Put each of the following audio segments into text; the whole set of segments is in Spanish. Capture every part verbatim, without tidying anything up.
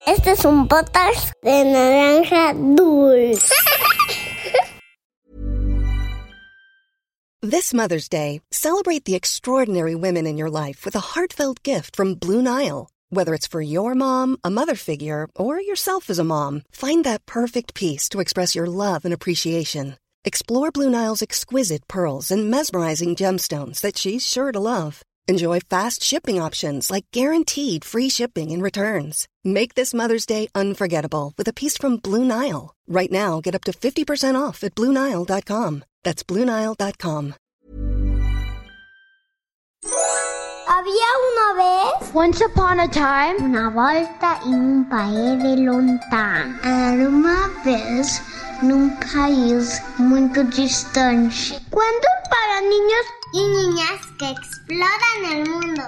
Este es un podcast de Naranja Dulce. This Mother's Day, celebrate the extraordinary women in your life with a heartfelt gift from Blue Nile. Whether it's for your mom, a mother figure, or yourself as a mom, find that perfect piece to express your love and appreciation. Explore Blue Nile's exquisite pearls and mesmerizing gemstones that she's sure to love. Enjoy fast shipping options like guaranteed free shipping and returns. Make this Mother's Day unforgettable with a piece from Blue Nile. Right now, get up to fifty percent off at Blue Nile dot com. That's Blue Nile dot com. Había una vez, once upon a time, una volta en un país de lontano. Era uma vez num país muito distante. Cuento para niños y niñas que exploran el mundo.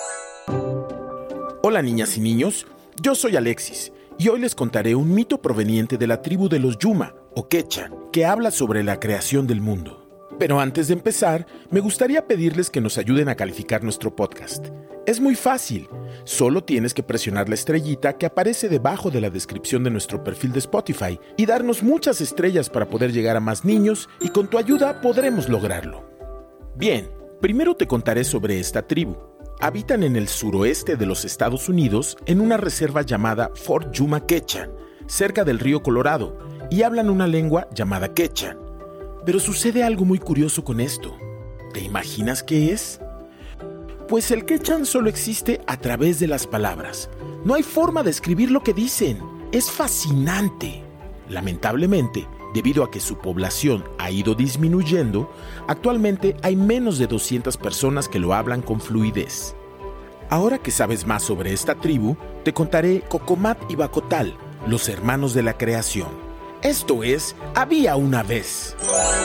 Hola niñas y niños, yo soy Alexis y hoy les contaré un mito proveniente de la tribu de los Yuma o Quechua que habla sobre la creación del mundo. Pero antes de empezar, me gustaría pedirles que nos ayuden a calificar nuestro podcast. Es muy fácil, solo tienes que presionar la estrellita que aparece debajo de la descripción de nuestro perfil de Spotify y darnos muchas estrellas para poder llegar a más niños y con tu ayuda podremos lograrlo. Bien, primero te contaré sobre esta tribu. Habitan en el suroeste de los Estados Unidos en una reserva llamada Fort Yuma Quechua, cerca del río Colorado, y hablan una lengua llamada quechua. Pero sucede algo muy curioso con esto. ¿Te imaginas qué es? Pues el quechua solo existe a través de las palabras. No hay forma de escribir lo que dicen. Es fascinante. Lamentablemente, debido a que su población ha ido disminuyendo, actualmente hay menos de doscientas personas que lo hablan con fluidez. Ahora que sabes más sobre esta tribu, te contaré Cocomat y Bacotal, los hermanos de la creación. Esto es, había una vez.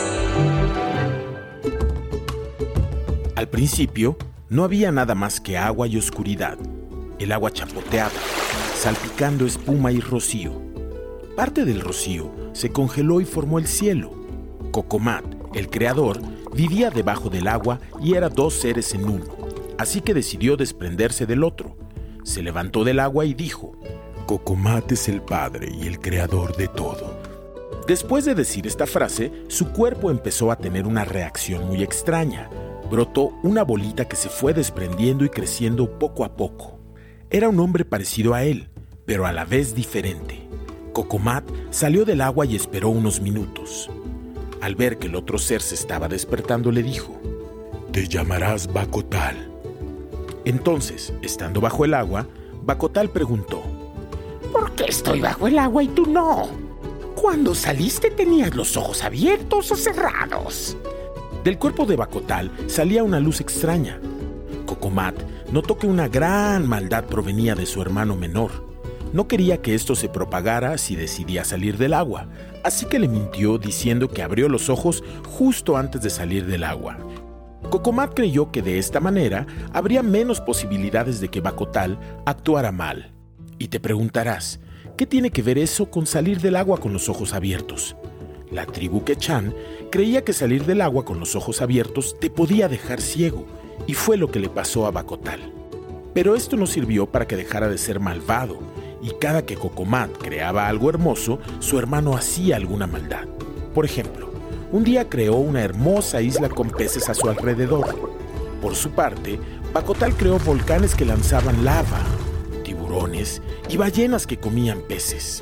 Al principio, no había nada más que agua y oscuridad. El agua chapoteaba, salpicando espuma y rocío. Parte del rocío se congeló y formó el cielo. Cocomat, el creador, vivía debajo del agua y era dos seres en uno. Así que decidió desprenderse del otro. Se levantó del agua y dijo: Cocomat es el padre y el creador de todo. Después de decir esta frase, su cuerpo empezó a tener una reacción muy extraña. Brotó una bolita que se fue desprendiendo y creciendo poco a poco. Era un hombre parecido a él, pero a la vez diferente. Cocomat salió del agua y esperó unos minutos. Al ver que el otro ser se estaba despertando, le dijo: Te llamarás Bacotal. Entonces, estando bajo el agua, Bacotal preguntó: ¿Por qué estoy bajo el agua y tú no? Cuando saliste, ¿tenías los ojos abiertos o cerrados? Del cuerpo de Bacotal salía una luz extraña. Cocomat notó que una gran maldad provenía de su hermano menor. No quería que esto se propagara si decidía salir del agua, así que le mintió diciendo que abrió los ojos justo antes de salir del agua. Cocomat creyó que de esta manera habría menos posibilidades de que Bacotal actuara mal. Y te preguntarás, ¿qué tiene que ver eso con salir del agua con los ojos abiertos? La tribu quechua creía que salir del agua con los ojos abiertos te podía dejar ciego, y fue lo que le pasó a Bacotal. Pero esto no sirvió para que dejara de ser malvado, y cada que Cocomat creaba algo hermoso, su hermano hacía alguna maldad. Por ejemplo, un día creó una hermosa isla con peces a su alrededor. Por su parte, Bacotal creó volcanes que lanzaban lava, tiburones y ballenas que comían peces.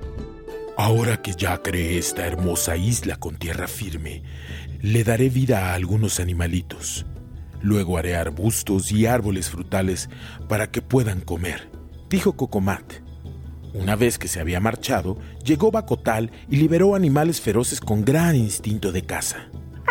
Ahora que ya creé esta hermosa isla con tierra firme, le daré vida a algunos animalitos. Luego haré arbustos y árboles frutales para que puedan comer, dijo Cocomat. Una vez que se había marchado, llegó Bacotal y liberó animales feroces con gran instinto de caza.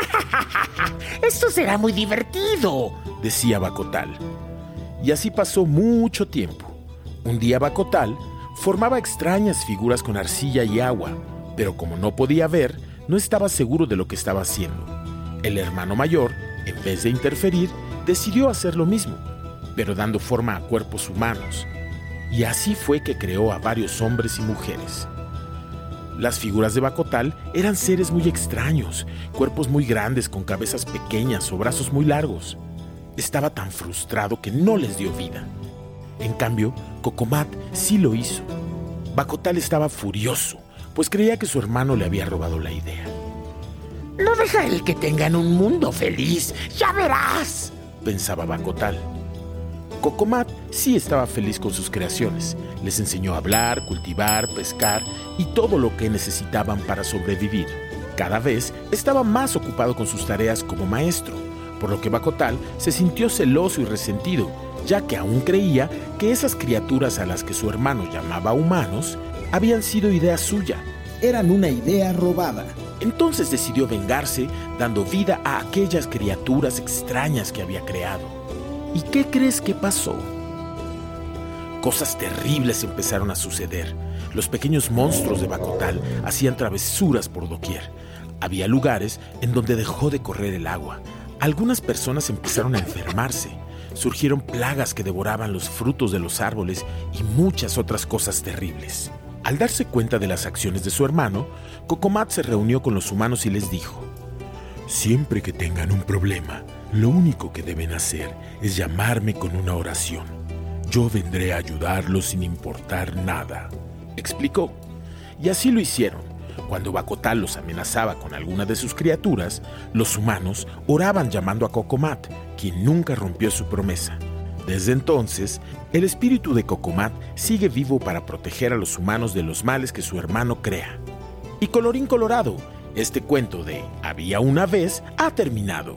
¡Esto será muy divertido!, decía Bacotal. Y así pasó mucho tiempo. Un día Bacotal formaba extrañas figuras con arcilla y agua, pero como no podía ver, no estaba seguro de lo que estaba haciendo. El hermano mayor, en vez de interferir, decidió hacer lo mismo, pero dando forma a cuerpos humanos. Y así fue que creó a varios hombres y mujeres. Las figuras de Bacotal eran seres muy extraños, cuerpos muy grandes con cabezas pequeñas o brazos muy largos. Estaba tan frustrado que no les dio vida. En cambio, Cocomat sí lo hizo. Bacotal estaba furioso, pues creía que su hermano le había robado la idea. No deja el que tengan un mundo feliz, ya verás, pensaba Bacotal. Cocomat sí estaba feliz con sus creaciones. Les enseñó a hablar, cultivar, pescar y todo lo que necesitaban para sobrevivir. Cada vez estaba más ocupado con sus tareas como maestro, por lo que Bacotal se sintió celoso y resentido, ya que aún creía que esas criaturas a las que su hermano llamaba humanos habían sido idea suya. Eran una idea robada. Entonces decidió vengarse, dando vida a aquellas criaturas extrañas que había creado. ¿Y qué crees que pasó? Cosas terribles empezaron a suceder. Los pequeños monstruos de Bacotal hacían travesuras por doquier. Había lugares en donde dejó de correr el agua. Algunas personas empezaron a enfermarse. Surgieron plagas que devoraban los frutos de los árboles y muchas otras cosas terribles. Al darse cuenta de las acciones de su hermano, Cocomat se reunió con los humanos y les dijo: siempre que tengan un problema, lo único que deben hacer es llamarme con una oración. Yo vendré a ayudarlos sin importar nada, explicó. Y así lo hicieron. Cuando Bacotal los amenazaba con alguna de sus criaturas, los humanos oraban llamando a Cocomat, quien nunca rompió su promesa. Desde entonces, el espíritu de Cocomat sigue vivo para proteger a los humanos de los males que su hermano crea. Y colorín colorado, este cuento de Había una vez ha terminado.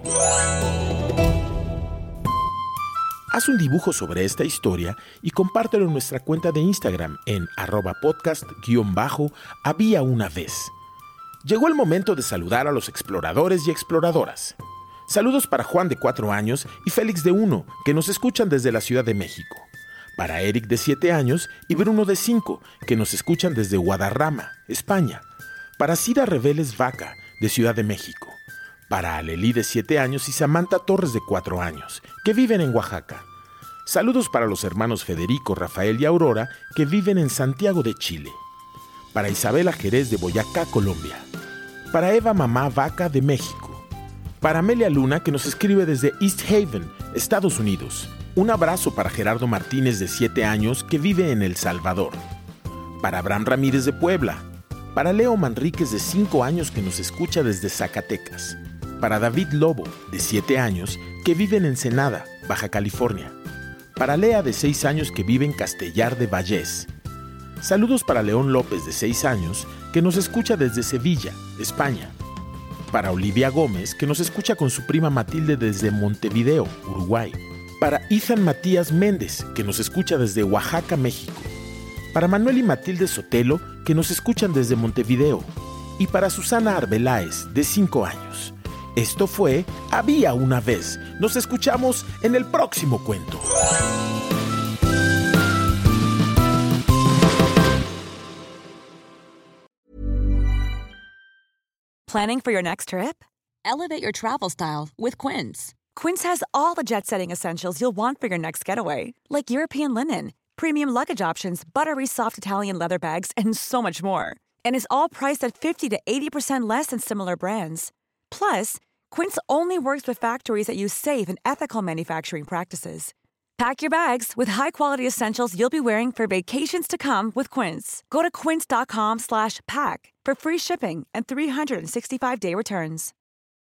Haz un dibujo sobre esta historia y compártelo en nuestra cuenta de Instagram en arroba podcast guión bajo había una vez. Llegó el momento de saludar a los exploradores y exploradoras. Saludos para Juan de cuatro años y Félix de uno, que nos escuchan desde la Ciudad de México. Para Eric de siete años y Bruno de cinco, que nos escuchan desde Guadarrama, España. Para Cida Reveles Vaca, de Ciudad de México. Para Alelí de siete años y Samantha Torres de cuatro años, que viven en Oaxaca. Saludos para los hermanos Federico, Rafael y Aurora, que viven en Santiago de Chile. Para Isabela Jerez de Boyacá, Colombia. Para Eva Mamá Vaca de México. Para Amelia Luna, que nos escribe desde East Haven, Estados Unidos. Un abrazo para Gerardo Martínez de siete años, que vive en El Salvador. Para Abraham Ramírez de Puebla. Para Leo Manríquez de cinco años, que nos escucha desde Zacatecas. Para David Lobo, de siete años, que vive en Ensenada, Baja California. Para Lea, de seis años, que vive en Castellar de Vallés. Saludos para León López, de seis años, que nos escucha desde Sevilla, España. Para Olivia Gómez, que nos escucha con su prima Matilde desde Montevideo, Uruguay. Para Ethan Matías Méndez, que nos escucha desde Oaxaca, México. Para Manuel y Matilde Sotelo, que nos escuchan desde Montevideo. Y para Susana Arbeláez, de cinco años. Esto fue Había una vez. Nos escuchamos en el próximo cuento. Planning for your next trip? Elevate your travel style with Quince. Quince has all the jet-setting essentials you'll want for your next getaway, like European linen, premium luggage options, buttery soft Italian leather bags, and so much more. And is all priced at fifty to eighty percent less than similar brands. Plus, Quince only works with factories that use safe and ethical manufacturing practices. Pack your bags with high-quality essentials you'll be wearing for vacations to come with Quince. Go to quince.com slash pack for free shipping and three sixty-five day returns.